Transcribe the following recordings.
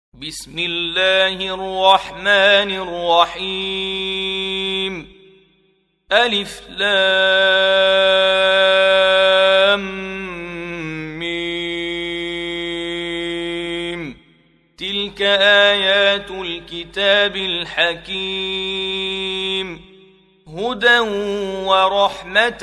بسم الله الرحمن الرحيم. ألف لام ميم. تلك آيات الكتاب الحكيم، هدى ورحمة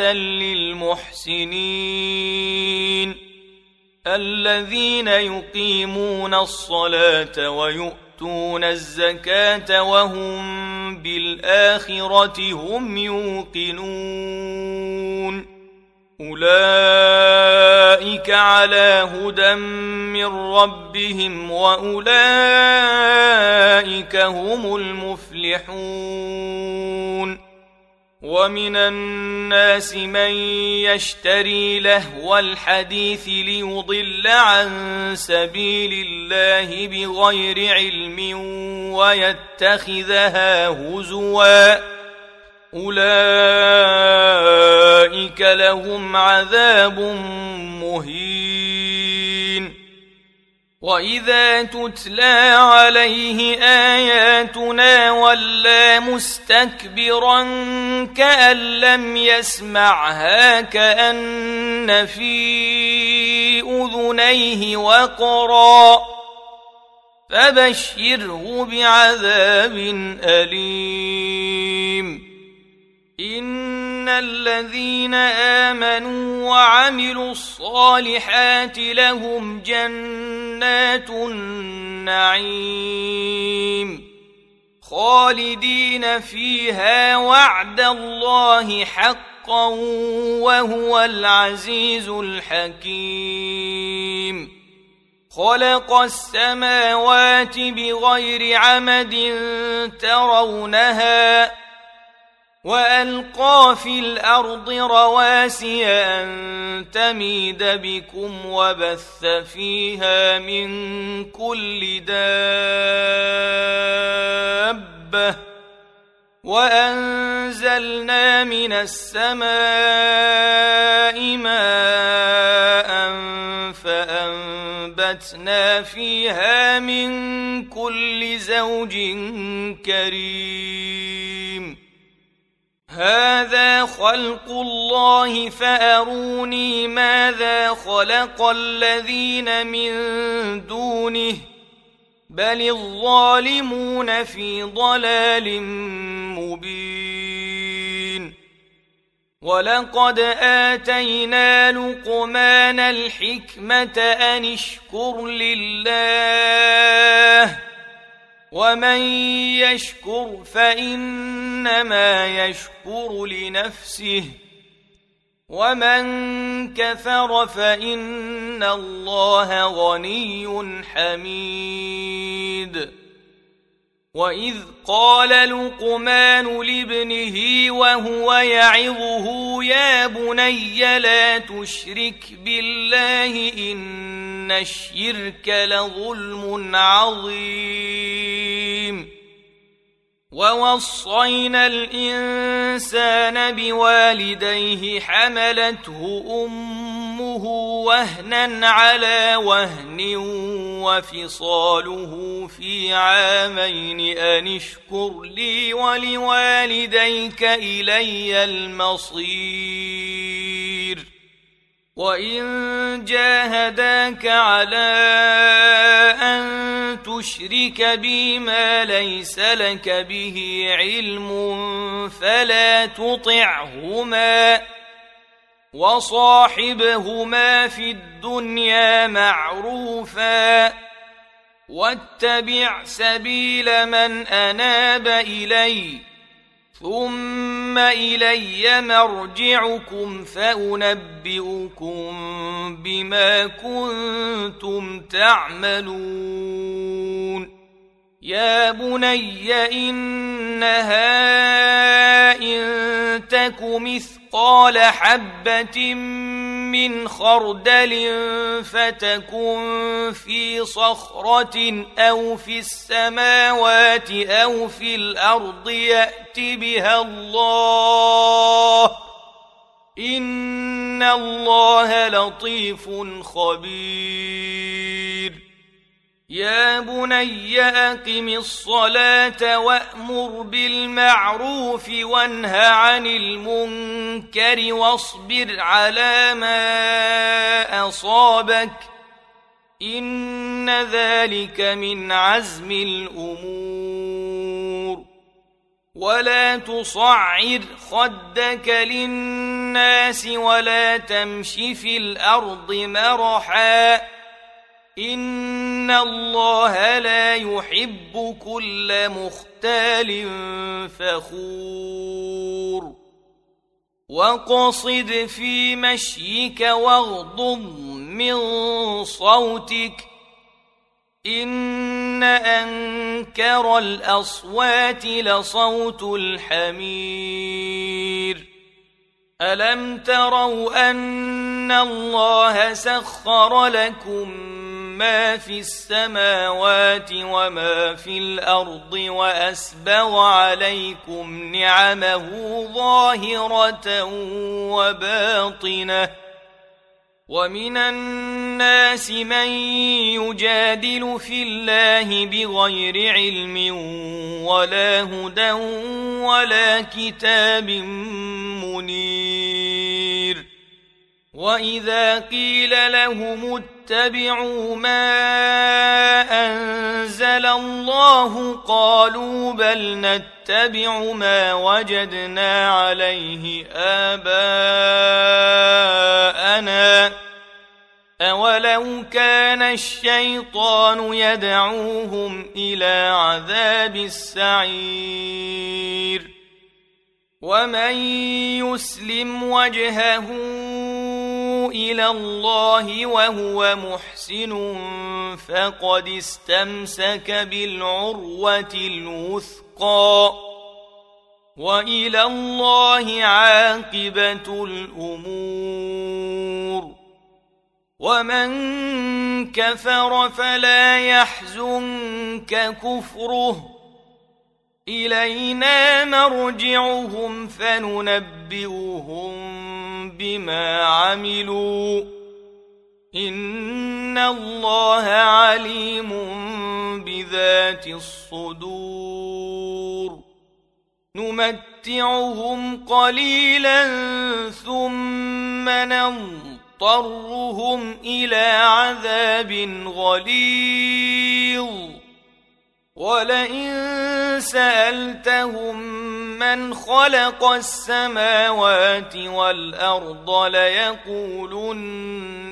للمحسنين الذين يقيمون الصلاة ويؤتون الزكاة وهم بالآخرة هم يوقنون. أولئك على هدى من ربهم وأولئك هم المفلحون. ومن الناس من يشتري لهو الحديث ليضل عن سبيل الله بغير علم ويتخذها هزوا، أولئك لهم عذاب مهين. وإذا تتلى عليه آياتنا ولى مستكبرا كأن لم يسمعها كأن في أذنيه وقرا، فبشره بعذاب أليم. إن الذين آمنوا وعملوا الصالحات لهم جنات النعيم خالدين فيها وعد الله حقا وهو العزيز الحكيم. خلق السماوات بغير عمد ترونها وألقى في الأرض رواسي أن تميد بكم وبث فيها من كل دابة وأنزلنا من السماء ماء فأنبتنا فيها من كل زوج كريم. هذا خلق الله فأروني ماذا خلق الذين من دونه بل الظالمون في ضلال مبين. ولقد آتينا لقمان الحكمة أن اشكر لله ومن يشكر فإنما يشكر لنفسه ومن كفر فإن الله غني حميد. وإذ قال لقمان لابنه وهو يعظه يا بني لا تشرك بالله إن الشرك لظلم عظيم. ووصينا الإنسان بوالديه حملته أمه وهنا على وهن وفصاله في عامين أن اشكر لي ولوالديك إلي المصير. وإن جاهداك على أن تشرك بي ما ليس لك به علم فلا تطعهما وصاحبهما في الدنيا معروفا واتبع سبيل من أناب إلي ثم إلي مرجعكم فأنبئكم بما كنتم تعملون. يا بني إنها إن تك مثقال حبة من خردل فتكن في صخرة أو في السماوات أو في الأرض يأت بها الله إن الله لطيف خبير. يا بني أقم الصلاة وأمر بالمعروف وانه عن المنكر واصبر على ما أصابك إن ذلك من عزم الأمور ولا تصعر خدك للناس ولا تمش في الأرض مرحا إن الله لا يحب كل مختال فخور واقصد في مشيك واغضض من صوتك إن أنكر الأصوات لصوت الحمير ألم تروا أن الله سخر لكم ما في السماوات وما في الأرض وأسبغ عليكم نعمه ظاهرة وباطنة ومن الناس من يجادل في الله بغير علم ولا هدى ولا كتاب منير وإذا قيل لهم اتبعوا ما أنزل الله قالوا بل نتبع ما وجدنا عليه آباءنا أولو كان الشيطان يدعوهم إلى عذاب السعير ومن يسلم وجهه إلى الله وهو محسن فقد استمسك بالعروة الوثقى وإلى الله عاقبة الأمور ومن كفر فلا يحزنك كفره إلينا مرجعهم فننبئهم بما عملوا إن الله عليم بذات الصدور نمتعهم قليلا ثم نضطرهم إلى عذاب غليظ ولئن سألتهم من خلق السماوات والأرض ليقولن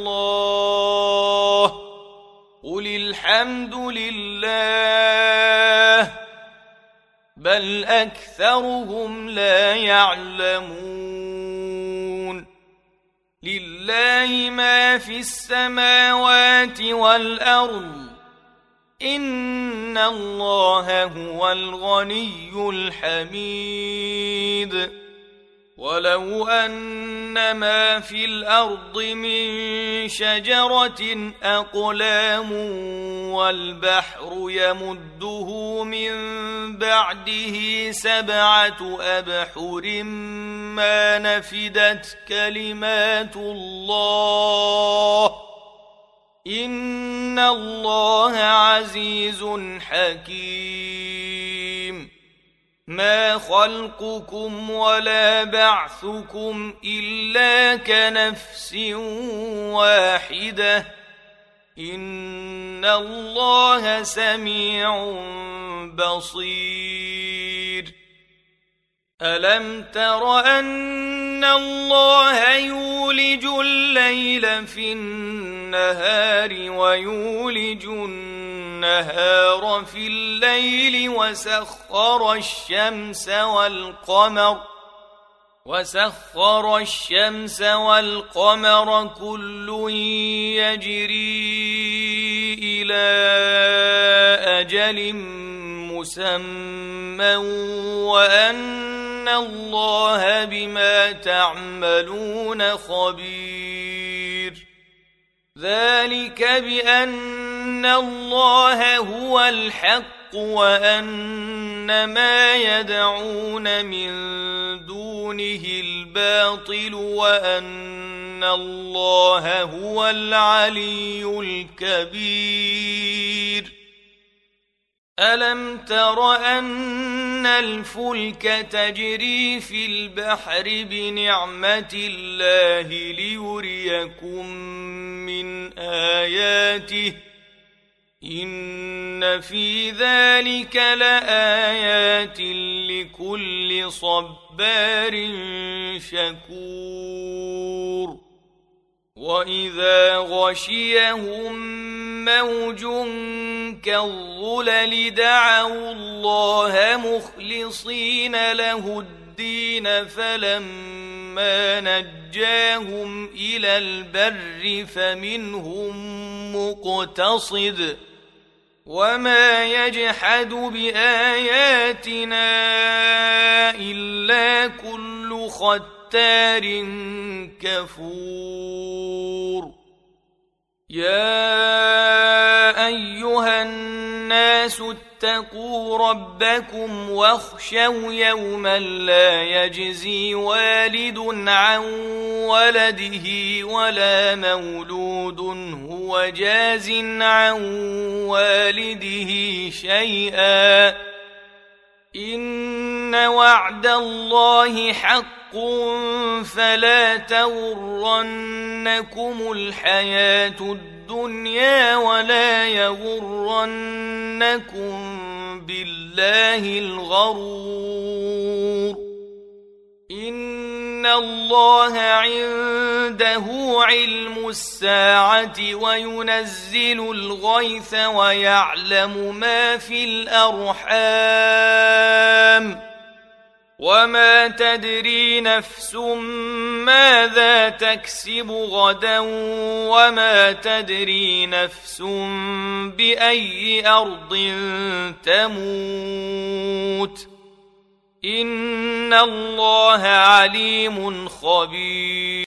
الله قل الحمد لله بل أكثرهم لا يعلمون لله ما في السماوات والأرض إن الله هو الغني الحميد ولو أن ما في الأرض من شجرة أقلام والبحر يمده من بعده 7 أبحر ما نفدت كلمات الله إن الله عزيز حكيم ما خلقكم ولا بعثكم إلا كنفس واحدة إن الله سميع بصير ألم تر أن الله يولج الليل في النهار ويولج النهار في الليل وسخر الشمس والقمر كل يجري إلى أجل مسمى وأن الله بما تعملون خبير ذلك بأن الله هو الحق وأن ما يدعون من دونه الباطل وأن إن الله هو العلي الكبير ألم تر أن الفلك تجري في البحر بنعمة الله ليريكم من آياته إن في ذلك لآيات لكل صبار شكور وإذا غشيهم موج كالظلل دعوا الله مخلصين له الدين فلما نجاهم إلى البر فمنهم مقتصد وما يجحد بآياتنا إلا كل ختار كفور يا أيها الناس اتقوا ربكم واخشوا يوما لا يجزي والد عن ولده ولا مولود هو جاز عن والده شيئا إن وعد الله حق فلا تغرنكم الحياة الدنيا ولا يغرنكم بالله الغرور إن الله عنده علم الساعة وينزل الغيث ويعلم ما في الأرحام وما تدري نفس ماذا تكسب غدا وما تدري نفس بأي أرض تموت إن الله عليم خبير